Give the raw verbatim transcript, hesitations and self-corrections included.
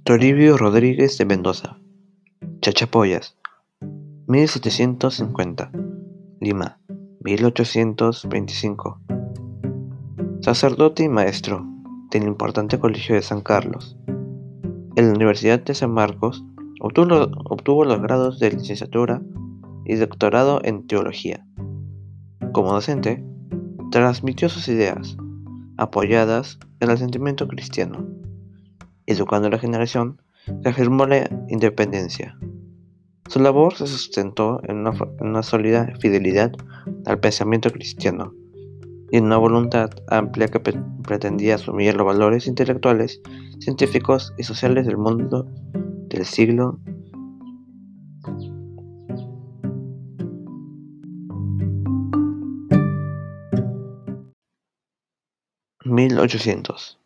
Toribio Rodríguez de Mendoza, Chachapoyas, mil setecientos cincuenta, Lima, mil ochocientos veinticinco. Sacerdote y maestro del importante Colegio de San Carlos. En la Universidad de San Marcos obtuvo, lo- obtuvo los grados de licenciatura y doctorado en teología. Como docente, transmitió sus ideas, apoyadas en el sentimiento cristiano, educando a la generación que afirmó la independencia. Su labor se sustentó en una, en una sólida fidelidad al pensamiento cristiano y en una voluntad amplia que pre- pretendía asumir los valores intelectuales, científicos y sociales del mundo del siglo mil ochocientos.